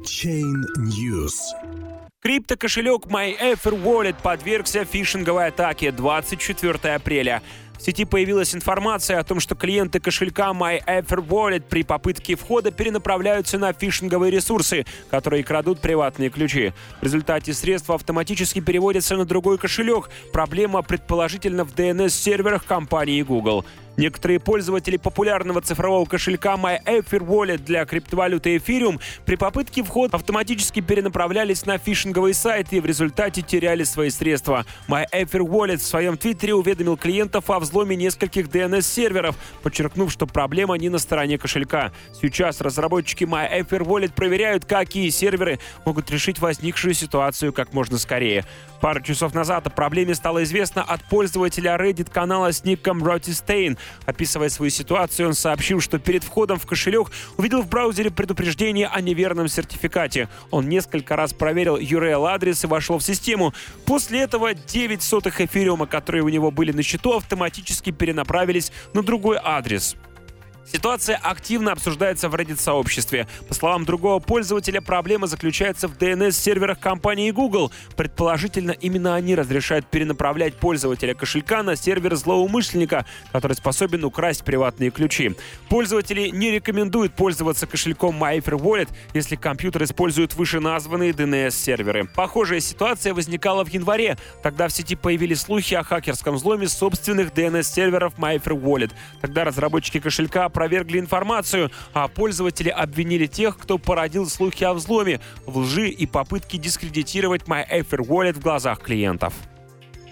Chain News. Криптокошелек MyEtherWallet подвергся фишинговой атаке 24 апреля. В сети появилась информация о том, что клиенты кошелька MyEtherWallet при попытке входа перенаправляются на фишинговые ресурсы, которые крадут приватные ключи. В результате средства автоматически переводятся на другой кошелек. Проблема предположительно в DNS-серверах компании Google. Некоторые пользователи популярного цифрового кошелька MyEtherWallet для криптовалюты Ethereum при попытке входа автоматически перенаправлялись на фишинговые сайты и в результате теряли свои средства. MyEtherWallet в своем твиттере уведомил клиентов о взломе нескольких DNS-серверов, подчеркнув, что проблема не на стороне кошелька. Сейчас разработчики MyEtherWallet проверяют, какие серверы могут решить возникшую ситуацию как можно скорее. Пару часов назад о проблеме стало известно от пользователя Reddit-канала с ником Rotistain. Описывая свою ситуацию, он сообщил, что перед входом в кошелек увидел в браузере предупреждение о неверном сертификате. Он несколько раз проверил URL-адрес и вошел в систему. После этого 9 сотых эфириума, которые у него были на счету, автоматически перенаправились на другой адрес. Ситуация активно обсуждается в Reddit-сообществе. По словам другого пользователя, проблема заключается в DNS-серверах компании Google. Предположительно, именно они разрешают перенаправлять пользователя кошелька на сервер злоумышленника, который способен украсть приватные ключи. Пользователи не рекомендуют пользоваться кошельком MyEtherWallet, если компьютер использует вышеназванные DNS-серверы. Похожая ситуация возникала в январе. Тогда в сети появились слухи о хакерском взломе собственных DNS-серверов MyEtherWallet. Тогда разработчики кошелька опровергли информацию, а пользователи обвинили тех, кто породил слухи о взломе, в лжи и попытке дискредитировать MyEtherWallet в глазах клиентов.